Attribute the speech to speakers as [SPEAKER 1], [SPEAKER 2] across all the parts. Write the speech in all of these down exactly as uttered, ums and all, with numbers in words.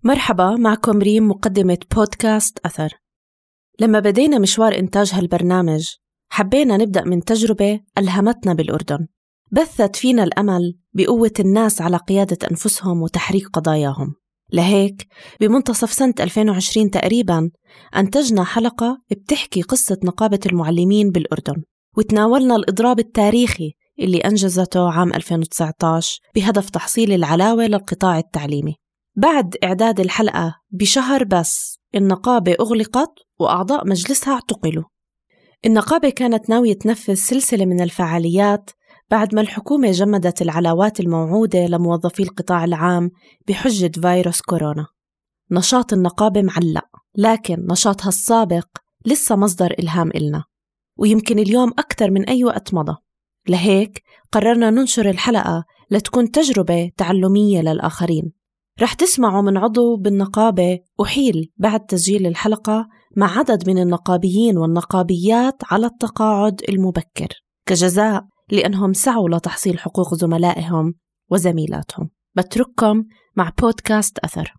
[SPEAKER 1] مرحبا، معكم ريم مقدمة بودكاست أثر. لما بدينا مشوار إنتاج هالبرنامج حبينا نبدأ من تجربة ألهمتنا بالأردن، بثت فينا الأمل بقوة الناس على قيادة أنفسهم وتحريك قضاياهم. لهيك بمنتصف سنة ألفين وعشرين تقريباً أنتجنا حلقة بتحكي قصة نقابة المعلمين بالأردن، وتناولنا الإضراب التاريخي اللي أنجزته عام ألفين وتسعة عشر بهدف تحصيل العلاوة للقطاع التعليمي. بعد إعداد الحلقة بشهر بس النقابة أغلقت وأعضاء مجلسها اعتقلوا. النقابة كانت ناوية تنفذ سلسلة من الفعاليات بعد ما الحكومة جمدت العلاوات الموعودة لموظفي القطاع العام بحجة فيروس كورونا. نشاط النقابة معلق، لكن نشاطها السابق لسه مصدر إلهام إلنا، ويمكن اليوم أكثر من أي وقت مضى. لهيك قررنا ننشر الحلقة لتكون تجربة تعلمية للآخرين. رح تسمعوا من عضو بالنقابة أحيل بعد تسجيل الحلقة مع عدد من النقابيين والنقابيات على التقاعد المبكر كجزاء لأنهم سعوا لتحصيل حقوق زملائهم وزميلاتهم. بترككم مع بودكاست أثر.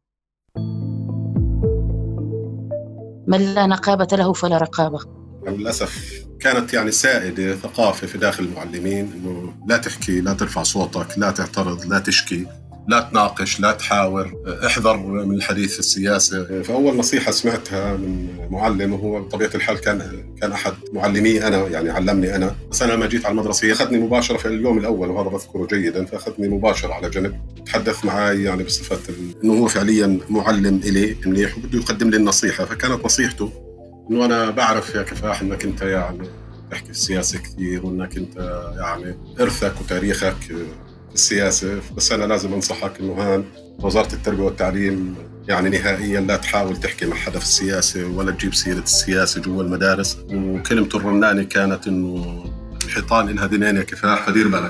[SPEAKER 2] من لا نقابة له فلا رقابة.
[SPEAKER 3] للأسف كانت يعني سائدة ثقافة في داخل المعلمين إنه لا تحكي، لا ترفع صوتك، لا تعترض، لا تشكي، لا تناقش، لا تحاور، احذر من الحديث السياسي. فأول نصيحة سمعتها من معلم، وهو بطبيعة الحال كان كان أحد معلمي أنا، يعني علمني أنا، بس أنا لما جيت على المدرسة أخذني مباشرة في اليوم الأول، وهذا بذكره جيدا، فأخذني مباشرة على جنب، تحدث معي يعني بصفة إنه هو فعليا معلم إلي منيح وبده يقدم لي النصيحة. فكانت نصيحته إنه أنا بعرف يا كفاح إنك أنت يعني تحكي السياسة كثير، وإنك أنت يعني إرثك وتاريخك السياسة، بس أنا لازم أنصحك إنه هان وزارة التربية والتعليم يعني نهائياً لا تحاول تحكي مع حدا في السياسة ولا تجيب سيرة السياسة جوا المدارس. وكلمة الرنانة كانت إنه الحيطان إنها دينين يا كفاح، فدير بالك.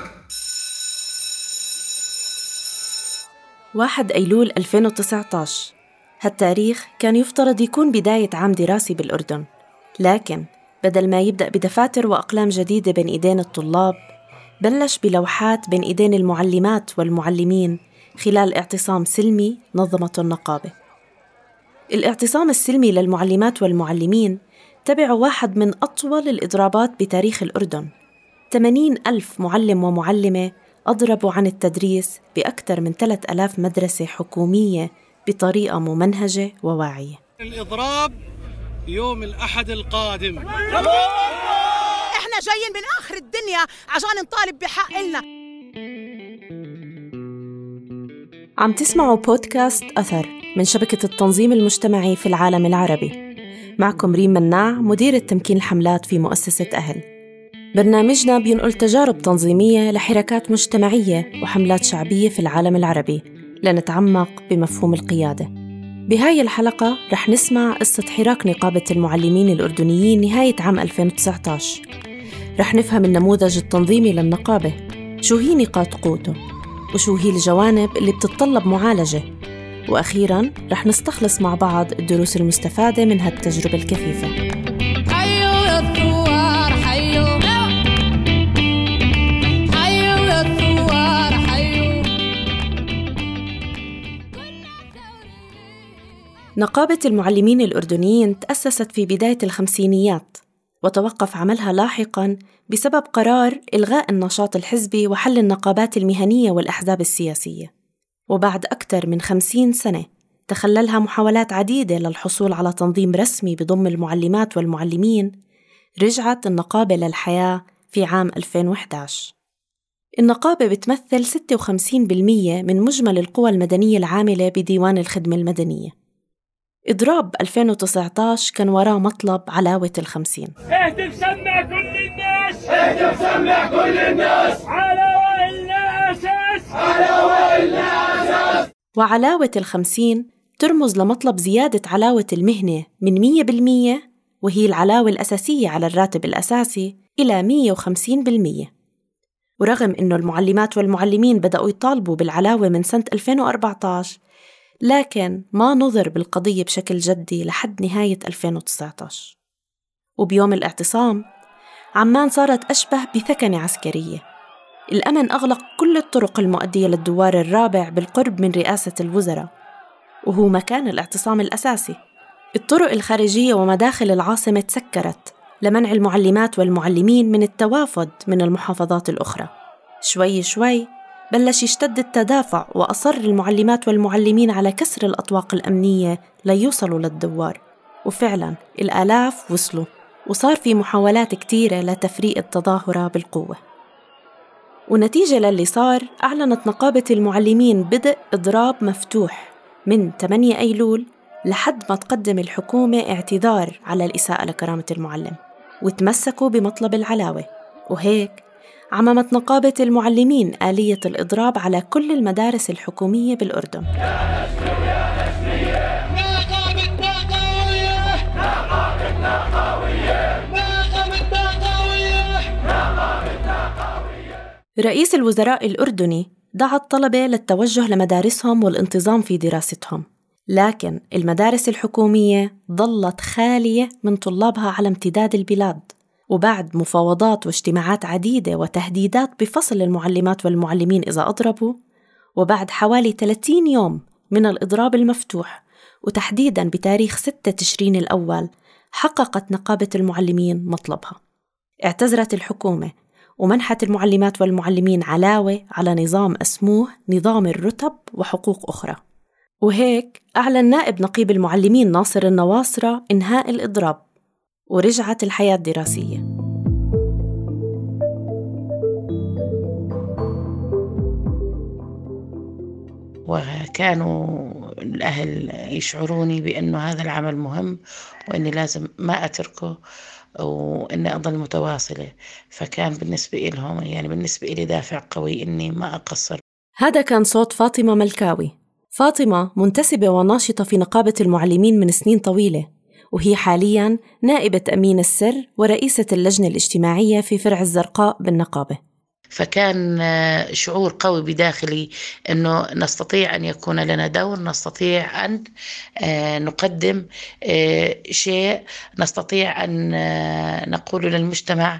[SPEAKER 1] واحد أيلول ألفين وتسعة عشر، هالتاريخ كان يفترض يكون بداية عام دراسي بالأردن، لكن بدل ما يبدأ بدفاتر وأقلام جديدة بين إيدين الطلاب، بلش بلوحات بين إيدين المعلمات والمعلمين خلال اعتصام سلمي نظمته النقابة. الاعتصام السلمي للمعلمات والمعلمين تبع واحد من أطول الإضرابات بتاريخ الأردن. ثمانين ألف معلم ومعلمة أضربوا عن التدريس بأكثر من ثلاثة آلاف مدرسة حكومية بطريقة ممنهجة وواعية.
[SPEAKER 4] الإضراب يوم الأحد القادم،
[SPEAKER 5] احنا جايين من آخر الدنيا عشان نطالب بحق لنا.
[SPEAKER 1] عم تسمعوا بودكاست أثر من شبكة التنظيم المجتمعي في العالم العربي. معكم ريم مناع، مديرة تمكين الحملات في مؤسسة أهل. برنامجنا بينقل تجارب تنظيمية لحركات مجتمعية وحملات شعبية في العالم العربي لنتعمق بمفهوم القيادة. بهاي الحلقة رح نسمع قصة حراك نقابة المعلمين الأردنيين نهاية عام ألفين وتسعة عشر. رح نفهم النموذج التنظيمي للنقابة، شو هي نقاط قوته وشو هي الجوانب اللي بتتطلب معالجة، وأخيراً رح نستخلص مع بعض الدروس المستفادة من هالتجربة الكثيفة.
[SPEAKER 6] حيو يا الثوار حيو، حيو يا الثوار حيو.
[SPEAKER 1] نقابة المعلمين الأردنيين تأسست في بداية الخمسينيات، وتوقف عملها لاحقاً بسبب قرار إلغاء النشاط الحزبي وحل النقابات المهنية والأحزاب السياسية. وبعد أكثر من خمسين سنة تخللها محاولات عديدة للحصول على تنظيم رسمي بضم المعلمات والمعلمين، رجعت النقابة للحياة في عام ألفين وإحدى عشر. النقابة بتمثل ستة وخمسين بالمئة من مجمل القوى المدنية العاملة بديوان الخدمة المدنية. إضراب ألفين وتسعة عشر كان وراه مطلب علاوة الخمسين.
[SPEAKER 7] اهتف سمع كل الناس، اهتف سمع كل الناس، علاوة إلنا أساس، علاوة إلنا أساس.
[SPEAKER 1] وعلاوة الخمسين ترمز لمطلب زيادة علاوة المهنة من مية بالمية، وهي العلاوة الأساسية على الراتب الأساسي، إلى مية وخمسين بالمية. ورغم أنه المعلمات والمعلمين بدأوا يطالبوا بالعلاوة من سنة ألفين وأربعة عشر، لكن ما نظر بالقضية بشكل جدي لحد نهاية ألفين وتسعة عشر. وبيوم الاعتصام عمان صارت أشبه بثكنة عسكرية. الأمن أغلق كل الطرق المؤدية للدوار الرابع بالقرب من رئاسة الوزراء، وهو مكان الاعتصام الأساسي. الطرق الخارجية ومداخل العاصمة تسكرت لمنع المعلمات والمعلمين من التوافد من المحافظات الأخرى. شوي شوي بلش يشتد التدافع، وأصر المعلمات والمعلمين على كسر الأطواق الأمنية ليوصلوا للدوار، وفعلاً الآلاف وصلوا، وصار في محاولات كتيرة لتفريق التظاهرة بالقوة. ونتيجة للي صار، أعلنت نقابة المعلمين بدء إضراب مفتوح من ثمانية أيلول لحد ما تقدم الحكومة اعتذار على الإساءة لكرامة المعلم، وتمسكوا بمطلب العلاوة. وهيك عممت نقابة المعلمين آلية الإضراب على كل المدارس الحكومية بالأردن. رئيس الوزراء الأردني دعا الطلبة للتوجه لمدارسهم والانتظام في دراستهم، لكن المدارس الحكومية ظلت خالية من طلابها على امتداد البلاد. وبعد مفاوضات واجتماعات عديدة وتهديدات بفصل المعلمات والمعلمين إذا أضربوا، وبعد حوالي ثلاثين يوم من الإضراب المفتوح، وتحديداً بتاريخ ستة تشرين الأول، حققت نقابة المعلمين مطلبها. اعتذرت الحكومة ومنحت المعلمات والمعلمين علاوة على نظام اسموه نظام الرتب وحقوق أخرى. وهيك أعلن نائب نقيب المعلمين ناصر النواصرة إنهاء الإضراب، ورجعت الحياة الدراسية.
[SPEAKER 2] وكانوا الأهل يشعروني بأنه هذا العمل مهم، وأني لازم ما أتركه، وأني أضل متواصلة. فكان بالنسبة لهم يعني بالنسبة لي دافع قوي أني ما أقصر.
[SPEAKER 1] هذا كان صوت فاطمة ملكاوي. فاطمة منتسبة وناشطة في نقابة المعلمين من سنين طويلة، وهي حالياً نائبة أمين السر ورئيسة اللجنة الاجتماعية في فرع الزرقاء بالنقابة.
[SPEAKER 2] فكان شعور قوي بداخلي أنه نستطيع أن يكون لنا دور، نستطيع أن نقدم شيء، نستطيع أن نقول للمجتمع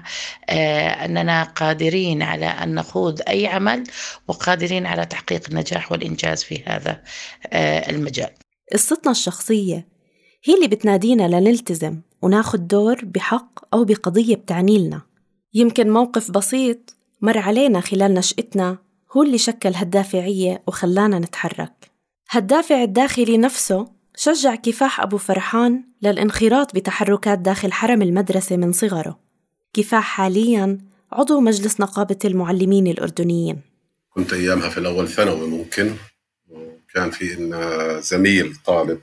[SPEAKER 2] أننا قادرين على أن نخوض أي عمل، وقادرين على تحقيق النجاح والإنجاز في هذا المجال.
[SPEAKER 1] قصتنا الشخصية هي اللي بتنادينا لنلتزم وناخد دور بحق أو بقضية بتعني لنا. يمكن موقف بسيط مر علينا خلال نشأتنا هو اللي شكل هالدافعية وخلانا نتحرك. هالدافع الداخلي نفسه شجع كفاح أبو فرحان للانخراط بتحركات داخل حرم المدرسة من صغره. كفاح حالياً عضو مجلس نقابة المعلمين الأردنيين.
[SPEAKER 3] كنت أيامها في الأول ثانوي ممكن، وكان في إن زميل طالب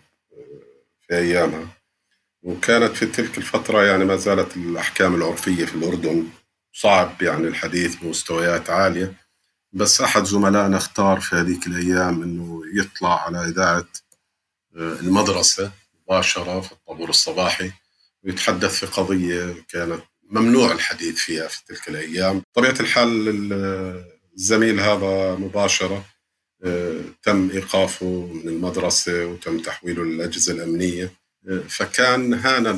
[SPEAKER 3] في أيامها، وكانت في تلك الفترة يعني ما زالت الأحكام العرفية في الأردن صعب يعني الحديث بمستويات عالية. بس أحد زملائنا اختار في هذيك الأيام إنه يطلع على إذاعة المدرسة مباشرة في الطابور الصباحي ويتحدث في قضية كانت ممنوع الحديث فيها في تلك الأيام. طبيعة الحال الزميل هذا مباشرة تم إيقافه من المدرسة وتم تحويله للأجهزة الأمنية. فكان هانا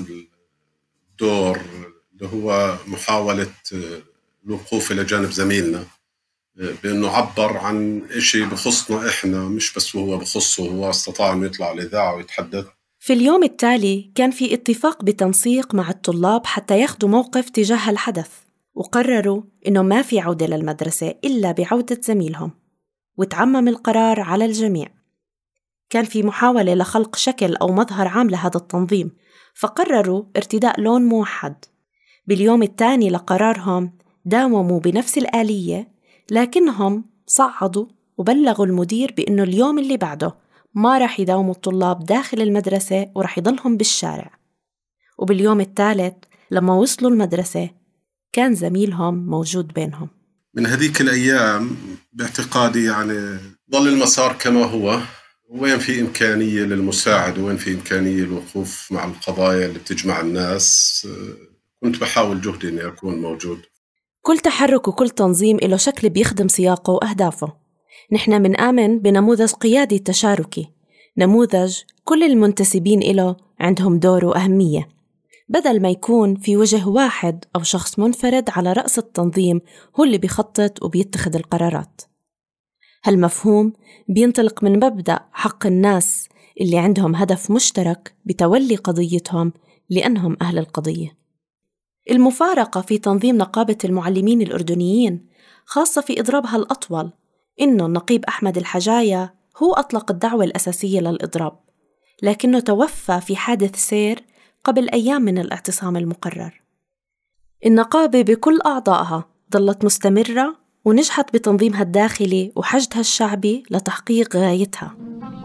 [SPEAKER 3] الدور اللي هو محاولة الوقوف إلى جانب زميلنا بأنه عبر عن إشي بخصنا إحنا، مش بس هو بخصه، هو استطاع أن يطلع الإذاعة ويتحدث.
[SPEAKER 1] في اليوم التالي كان في اتفاق بتنسيق مع الطلاب حتى ياخدوا موقف تجاه الحدث، وقرروا إنه ما في عودة للمدرسة إلا بعودة زميلهم، وتعمم القرار على الجميع. كان في محاولة لخلق شكل أو مظهر عام لهذا التنظيم، فقرروا ارتداء لون موحد. باليوم الثاني لقرارهم داوموا بنفس الآلية، لكنهم صعدوا وبلغوا المدير بأنه اليوم اللي بعده ما رح يداوموا الطلاب داخل المدرسة ورح يضلهم بالشارع. وباليوم الثالث لما وصلوا المدرسة كان زميلهم موجود بينهم.
[SPEAKER 3] من هذيك الأيام باعتقادي يعني ظل المسار كما هو، وين في إمكانية للمساعدة وين في إمكانية الوقوف مع القضايا اللي بتجمع الناس كنت بحاول جهدي أني أكون موجود.
[SPEAKER 1] كل تحرك وكل تنظيم له شكل بيخدم سياقه وأهدافه. نحن منآمن بنموذج قيادي تشاركي، نموذج كل المنتسبين له عندهم دور وأهمية، بدل ما يكون في وجه واحد أو شخص منفرد على رأس التنظيم هو اللي بيخطط وبيتخذ القرارات. هالمفهوم بينطلق من مبدأ حق الناس اللي عندهم هدف مشترك بتولي قضيتهم لأنهم أهل القضية. المفارقة في تنظيم نقابة المعلمين الأردنيين خاصة في إضرابها الأطول إنه النقيب أحمد الحجاية هو أطلق الدعوة الأساسية للإضراب، لكنه توفى في حادث سير قبل أيام من الاعتصام المقرر. النقابة بكل أعضائها ظلت مستمرة ونجحت بتنظيمها الداخلي وحشدها الشعبي لتحقيق غايتها.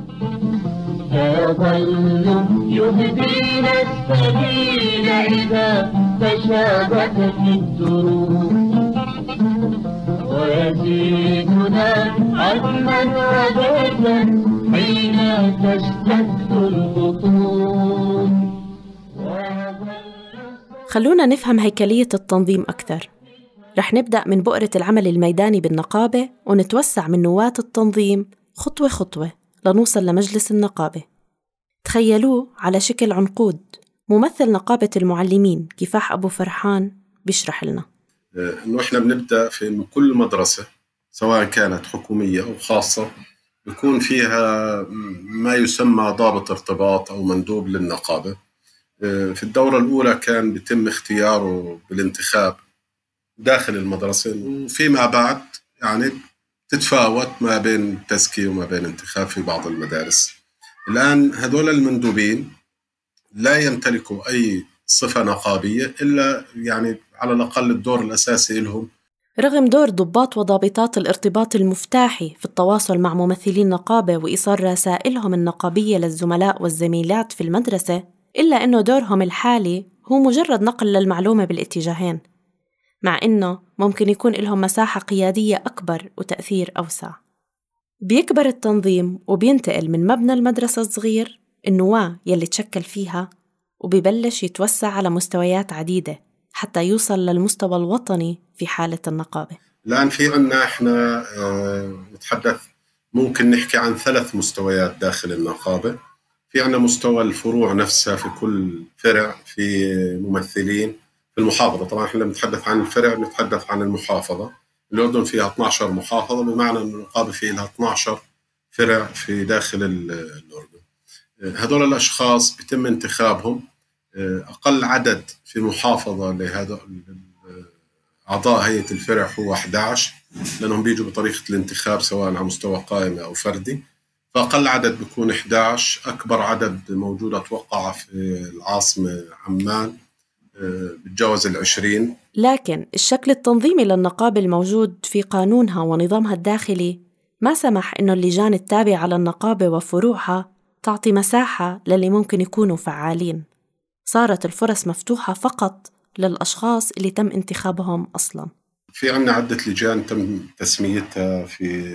[SPEAKER 8] يظل يهدينا السبيل إذا تشابكت الدروب، ويزيدنا عزما وبيتا حين تشتد البطون.
[SPEAKER 1] خلونا نفهم هيكلية التنظيم أكثر. رح نبدأ من بؤرة العمل الميداني بالنقابة ونتوسع من نواة التنظيم خطوة خطوة لنوصل لمجلس النقابة. تخيلوه على شكل عنقود. ممثل نقابة المعلمين كفاح أبو فرحان بيشرح لنا
[SPEAKER 3] إنه إحنا بنبدأ في إنه كل مدرسة سواء كانت حكومية أو خاصة بيكون فيها ما يسمى ضابط ارتباط أو مندوب للنقابة. في الدورة الأولى كان بيتم اختياره بالانتخاب داخل المدرسة، وفيما بعد يعني تتفاوت ما بين تزكية وما بين انتخاب في بعض المدارس. الآن هذول المندوبين لا يمتلكوا أي صفة نقابية إلا يعني على الأقل الدور الأساسي لهم.
[SPEAKER 1] رغم دور ضباط وضابطات الارتباط المفتاحي في التواصل مع ممثلين نقابة وإيصال رسائلهم النقابية للزملاء والزميلات في المدرسة، إلا أنه دورهم الحالي هو مجرد نقل للمعلومة بالاتجاهين، مع أنه ممكن يكون لهم مساحة قيادية أكبر وتأثير أوسع. بيكبر التنظيم وبينتقل من مبنى المدرسة الصغير النواة يلي تشكل فيها، وبيبلش يتوسع على مستويات عديدة حتى يوصل للمستوى الوطني في حالة النقابة.
[SPEAKER 3] الآن في عنا إحنا نتحدث ممكن نحكي عن ثلاث مستويات داخل النقابة. في عنا مستوى الفروع نفسها، في كل فرع في ممثلين في المحافظة. طبعا إحنا نتحدث عن الفرع نتحدث عن المحافظة. الأردن فيها اثنتي عشرة محافظة، بمعنى أن النقابة فيها لها اثنتي عشرة فرع في داخل الأردن. هذول الأشخاص بيتم انتخابهم. أقل عدد في محافظة لهذا أعضاء هيئة الفرع هو أحد عشر، لأنهم بيجوا بطريقة الانتخاب سواء على مستوى قائمة أو فردي. فأقل عدد بيكون أحد عشر. أكبر عدد موجود أتوقع في العاصمة عمان بتجاوز العشرين.
[SPEAKER 1] لكن الشكل التنظيمي للنقابة الموجود في قانونها ونظامها الداخلي ما سمح إنه اللجان التابعة للنقابة وفروعها تعطي مساحة للي ممكن يكونوا فعالين. صارت الفرص مفتوحة فقط للأشخاص اللي تم انتخابهم أصلاً.
[SPEAKER 3] في عنا عدة لجان تم تسميتها في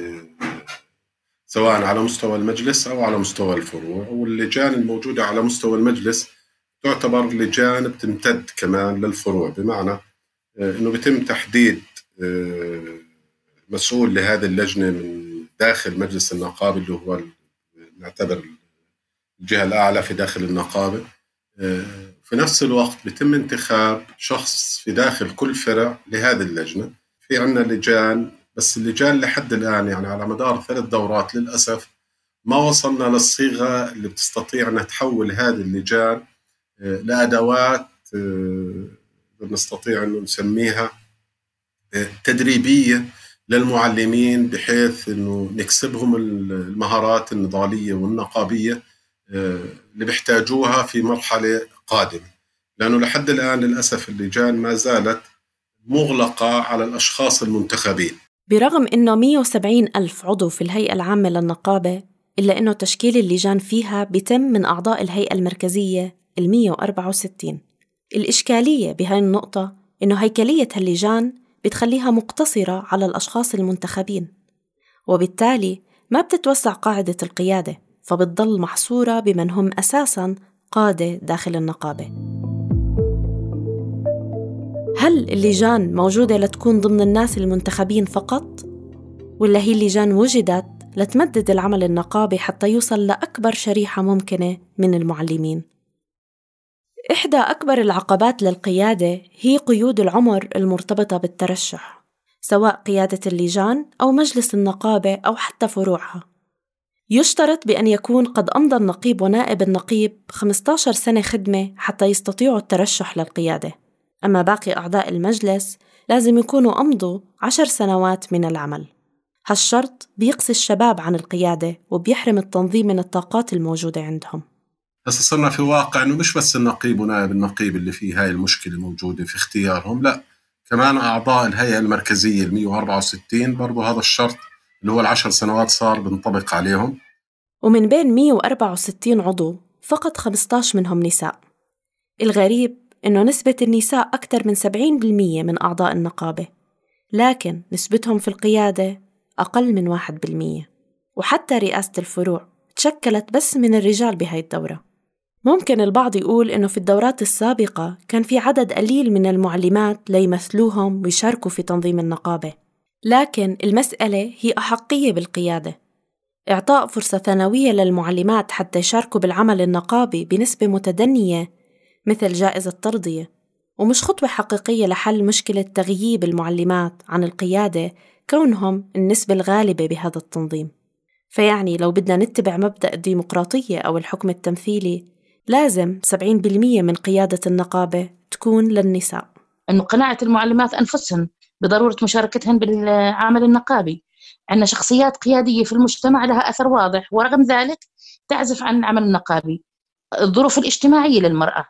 [SPEAKER 3] سواء على مستوى المجلس أو على مستوى الفروع، واللجان الموجودة على مستوى المجلس تعتبر لجان بتمتد كمان للفروع، بمعنى أنه بيتم تحديد مسؤول لهذه اللجنة من داخل مجلس النقابة اللي هو نعتبر الجهة الأعلى في داخل النقابة. في نفس الوقت بيتم انتخاب شخص في داخل كل فرع لهذه اللجنة. في عنا لجان، بس اللجان لحد الآن يعني على مدار ثلاث دورات للأسف ما وصلنا للصيغة اللي بتستطيع أن تحول هذه اللجان لأدوات نستطيع أن نسميها تدريبية للمعلمين، بحيث أنه نكسبهم المهارات النضالية والنقابية اللي بيحتاجوها في مرحلة قادمة. لأنه لحد الآن للأسف اللجان ما زالت مغلقة على الأشخاص المنتخبين.
[SPEAKER 1] برغم أنه مئة وسبعين ألف عضو في الهيئة العامة للنقابة، إلا أنه تشكيل اللجان فيها بيتم من أعضاء الهيئة المركزية المئة وأربعة وستين. الإشكالية بهاي النقطة أنه هيكلية هاللجان بتخليها مقتصرة على الأشخاص المنتخبين، وبالتالي ما بتتوسع قاعدة القيادة، فبتضل محصورة بمن هم أساساً قادة داخل النقابة. هل اللجان موجودة لتكون ضمن الناس المنتخبين فقط؟ ولا هي اللجان وجدت لتمدد العمل النقابي حتى يوصل لأكبر شريحة ممكنة من المعلمين؟ إحدى أكبر العقبات للقيادة هي قيود العمر المرتبطة بالترشح، سواء قيادة اللجان أو مجلس النقابة أو حتى فروعها. يشترط بأن يكون قد أمضى النقيب ونائب النقيب خمسة عشر سنة خدمة حتى يستطيعوا الترشح للقيادة، أما باقي أعضاء المجلس لازم يكونوا أمضوا عشر سنوات من العمل. هالشرط بيقصي الشباب عن القيادة وبيحرم التنظيم من الطاقات الموجودة عندهم.
[SPEAKER 3] بس صرنا في واقع أنه مش بس النقيب ونائب النقيب اللي فيه هاي المشكلة موجودة في اختيارهم، لا كمان أعضاء الهيئة المركزية المية وأربعة وستين برضو هذا الشرط اللي هو العشر سنوات صار بنطبق عليهم.
[SPEAKER 1] ومن بين مية وأربعة وستين عضو فقط خمسة عشر منهم نساء. الغريب إنه نسبة النساء أكثر من سبعين بالمية من أعضاء النقابة، لكن نسبتهم في القيادة أقل من واحد بالمية، وحتى رئاسة الفروع تشكلت بس من الرجال بهاي الدورة. ممكن البعض يقول إنه في الدورات السابقة كان في عدد قليل من المعلمات ليمثلوهم ويشاركوا في تنظيم النقابة، لكن المسألة هي أحقية بالقيادة. إعطاء فرصة ثانوية للمعلمات حتى يشاركوا بالعمل النقابي بنسبة متدنية مثل جائزة ترضية، ومش خطوة حقيقية لحل مشكلة تغييب المعلمات عن القيادة كونهم النسبة الغالبة بهذا التنظيم. فيعني لو بدنا نتبع مبدأ الديمقراطية أو الحكم التمثيلي لازم سبعين بالمية من قيادة النقابة تكون للنساء.
[SPEAKER 2] أنه قناعة المعلمات أنفسهم بضرورة مشاركتهن بالعمل النقابي. عندنا شخصيات قيادية في المجتمع لها أثر واضح، ورغم ذلك تعزف عن العمل النقابي. الظروف الاجتماعية للمرأة،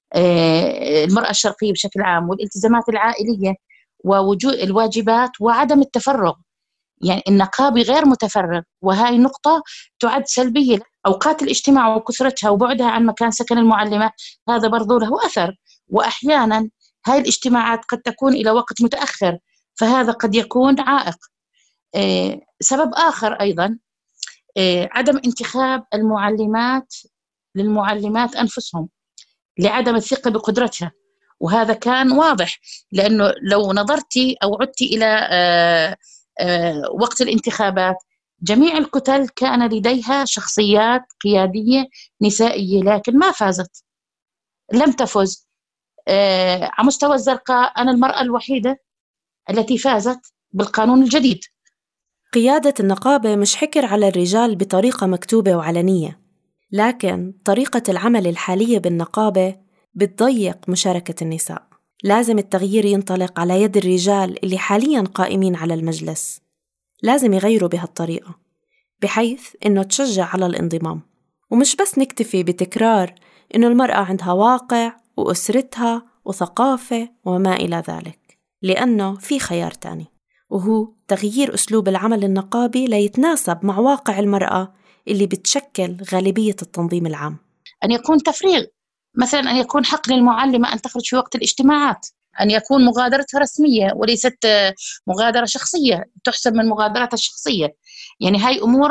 [SPEAKER 2] المرأة الشرقية بشكل عام، والالتزامات العائلية ووجود الواجبات وعدم التفرغ، يعني النقابي غير متفرغ، وهاي نقطة تعد سلبية. أوقات الاجتماع وكثرتها وبعدها عن مكان سكن المعلمة هذا برضو له أثر، وأحيانا هاي الاجتماعات قد تكون إلى وقت متأخر، فهذا قد يكون عائق. إيه سبب آخر أيضا إيه عدم انتخاب المعلمات للمعلمات أنفسهم لعدم الثقة بقدرتها، وهذا كان واضح، لأنه لو نظرتي أو عدتي إلى آه آه وقت الانتخابات جميع الكتل كان لديها شخصيات قيادية نسائية، لكن ما فازت، لم تفز. آه على مستوى الزرقاء أنا المرأة الوحيدة التي فازت بالقانون الجديد.
[SPEAKER 1] قيادة النقابة مش حكر على الرجال بطريقة مكتوبة وعلنية، لكن طريقة العمل الحالية بالنقابة بتضيق مشاركة النساء. لازم التغيير ينطلق على يد الرجال اللي حالياً قائمين على المجلس، لازم يغيروا بهالطريقة بحيث إنه تشجع على الانضمام، ومش بس نكتفي بتكرار إنه المرأة عندها واقع وأسرتها وثقافة وما إلى ذلك، لأنه في خيار تاني، وهو تغيير أسلوب العمل النقابي ليتناسب مع واقع المرأة اللي بتشكل غالبية التنظيم العام.
[SPEAKER 2] أن يكون تفريغ، مثلا أن يكون حق للمعلمة أن تخرج في وقت الاجتماعات، أن يكون مغادرتها رسمية وليست مغادرة شخصية تحسب من مغادرتها الشخصية. يعني هاي أمور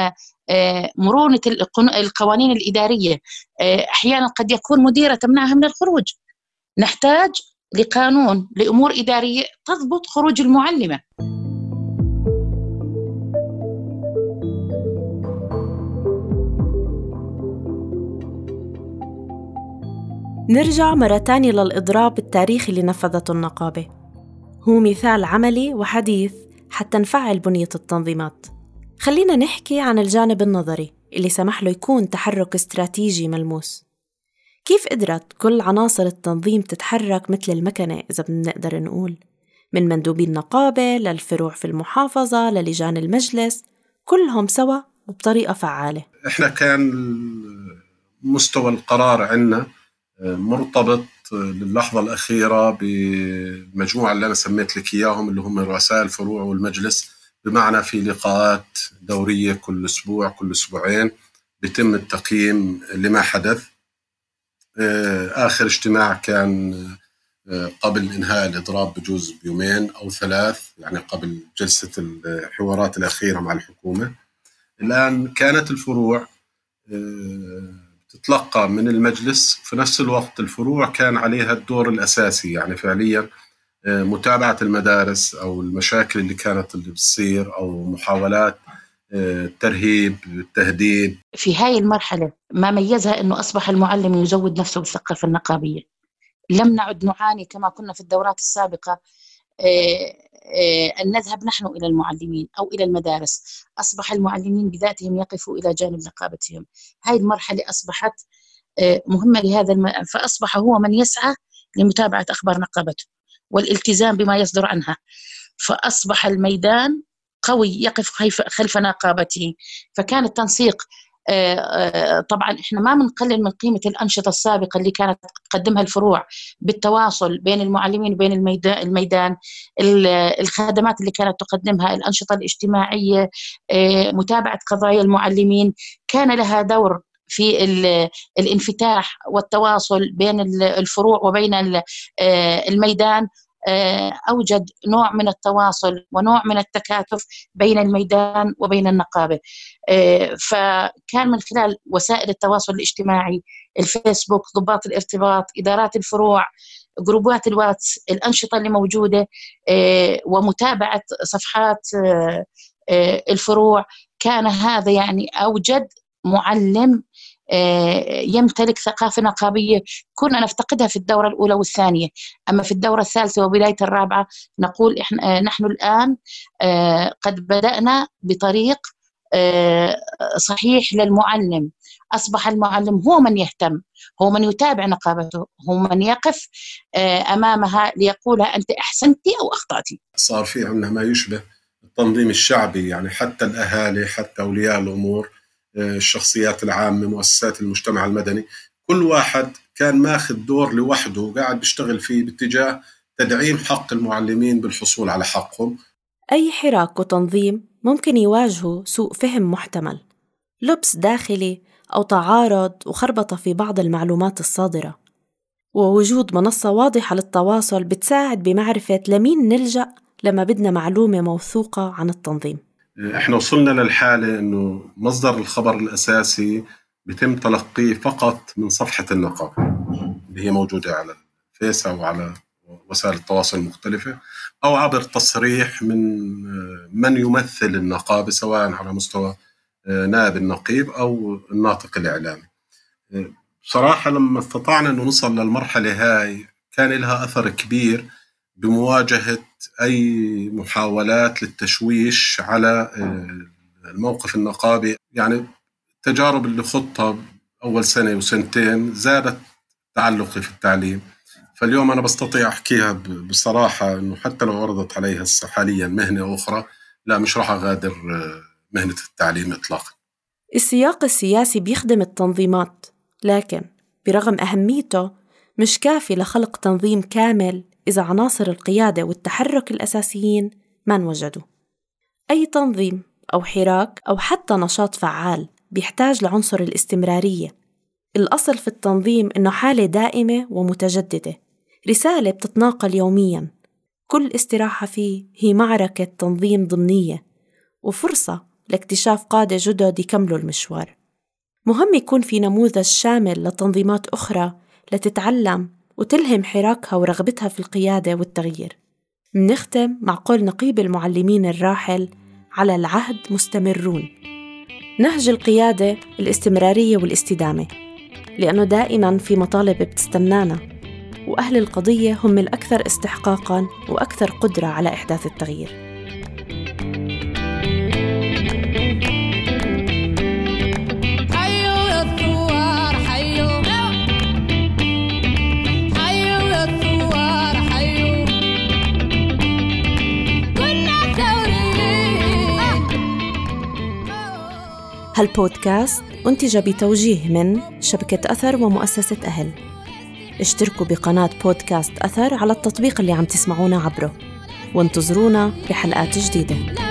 [SPEAKER 2] مرونة القوانين الإدارية. أحيانا قد يكون مديرة تمنعها من الخروج، نحتاج لقانون لأمور إدارية تضبط خروج المعلمة.
[SPEAKER 1] نرجع مرة تانية للإضراب التاريخي اللي نفذته النقابة، هو مثال عملي وحديث حتى نفعل بنية التنظيمات. خلينا نحكي عن الجانب النظري اللي سمح له يكون تحرك استراتيجي ملموس. كيف قدرت كل عناصر التنظيم تتحرك مثل المكنة إذا بنقدر نقول، من مندوبين النقابة للفروع في المحافظة للجان المجلس، كلهم سوا وبطريقة فعالة.
[SPEAKER 3] إحنا كان مستوى القرار عنا مرتبط للحظة الأخيرة بمجموعة اللي أنا سميت لك إياهم اللي هم رؤساء الفروع والمجلس، بمعنى في لقاءات دورية كل أسبوع كل أسبوعين بيتم التقييم لما حدث. آخر اجتماع كان قبل إنهاء الإضراب بجوز بيومين أو ثلاث، يعني قبل جلسة الحوارات الأخيرة مع الحكومة. الآن كانت الفروع تتلقى من المجلس، في نفس الوقت الفروع كان عليها الدور الأساسي، يعني فعليا متابعة المدارس أو المشاكل اللي كانت اللي بتصير أو محاولات الترهيب التهديد.
[SPEAKER 2] في هاي المرحلة ما ميزها أنه أصبح المعلم يزود نفسه بالثقافة النقابية. لم نعد نعاني كما كنا في الدورات السابقة أن نذهب نحن إلى المعلمين أو إلى المدارس. أصبح المعلمين بذاتهم يقفوا إلى جانب نقابتهم. هاي المرحلة أصبحت مهمة لهذا الم... فأصبح هو من يسعى لمتابعة أخبار نقابته والالتزام بما يصدر عنها، فأصبح الميدان قوي يقف خلف نقابته. فكان التنسيق طبعا احنا ما بنقلل من قيمة الأنشطة السابقة اللي كانت تقدمها الفروع بالتواصل بين المعلمين وبين الميدان، الخدمات اللي كانت تقدمها، الأنشطة الاجتماعية، متابعة قضايا المعلمين، كان لها دور في الانفتاح والتواصل بين الفروع وبين الميدان. أوجد نوع من التواصل ونوع من التكاتف بين الميدان وبين النقابة. فكان من خلال وسائل التواصل الاجتماعي، الفيسبوك، ضباط الارتباط، إدارات الفروع، جروبات الواتس، الأنشطة اللي موجودة ومتابعة صفحات الفروع، كان هذا يعني أوجد معلم يمتلك ثقافة نقابية كنا نفتقدها في الدورة الأولى والثانية. أما في الدورة الثالثة وبداية الرابعة نقول إحنا نحن الآن قد بدأنا بطريق صحيح للمعلم. أصبح المعلم هو من يهتم، هو من يتابع نقابته، هو من يقف أمامها ليقولها أنت أحسنتي أو أخطأتي.
[SPEAKER 3] صار في عندنا ما يشبه التنظيم الشعبي، يعني حتى الأهالي، حتى أولياء الأمور، الشخصيات العامة، مؤسسات المجتمع المدني، كل واحد كان ماخذ دور لوحده وقاعد بيشتغل فيه باتجاه تدعيم حق المعلمين بالحصول على حقهم.
[SPEAKER 1] أي حراك وتنظيم ممكن يواجهه سوء فهم محتمل، لبس داخلي أو تعارض وخربطة في بعض المعلومات الصادرة، ووجود منصة واضحة للتواصل بتساعد بمعرفة لمين نلجأ لما بدنا معلومة موثوقة عن التنظيم.
[SPEAKER 3] احنا وصلنا للحالة انه مصدر الخبر الاساسي بيتم تلقيه فقط من صفحة النقابة اللي هي موجودة على الفيس او على وسائل التواصل المختلفة، او عبر تصريح من من يمثل النقابة سواء على مستوى نائب النقيب او الناطق الاعلامي. بصراحة لما استطعنا انه نوصل للمرحلة هاي كان لها اثر كبير بمواجهة أي محاولات للتشويش على الموقف النقابي. يعني التجارب اللي خضتها أول سنة وسنتين زادت تعلقي في التعليم، فاليوم أنا بستطيع أحكيها بصراحة أنه حتى لو عرضت عليها حاليا مهنة أخرى، لا مش راح أغادر مهنة التعليم إطلاقا.
[SPEAKER 1] السياق السياسي بيخدم التنظيمات، لكن برغم أهميته مش كافي لخلق تنظيم كامل إذا عناصر القيادة والتحرك الأساسيين ما انوجدوا. أي تنظيم أو حراك أو حتى نشاط فعال بيحتاج لعنصر الاستمرارية. الأصل في التنظيم إنه حالة دائمة ومتجددة، رسالة بتتناقل يومياً، كل استراحة فيه هي معركة تنظيم ضمنية وفرصة لاكتشاف قادة جدد يكملوا المشوار. مهم يكون في نموذج شامل لتنظيمات أخرى لتتعلم وتلهم حراكها ورغبتها في القيادة والتغيير. منختم مع قول نقيب المعلمين الراحل: على العهد مستمرون. نهج القيادة الاستمرارية والاستدامة، لأنه دائماً في مطالب بتستنانا، وأهل القضية هم الأكثر استحقاقاً وأكثر قدرة على إحداث التغيير. هالبودكاست أنتج بتوجيه من شبكة أثر ومؤسسة أهل. اشتركوا بقناة بودكاست أثر على التطبيق اللي عم تسمعونا عبره، وانتظرونا بحلقات جديدة.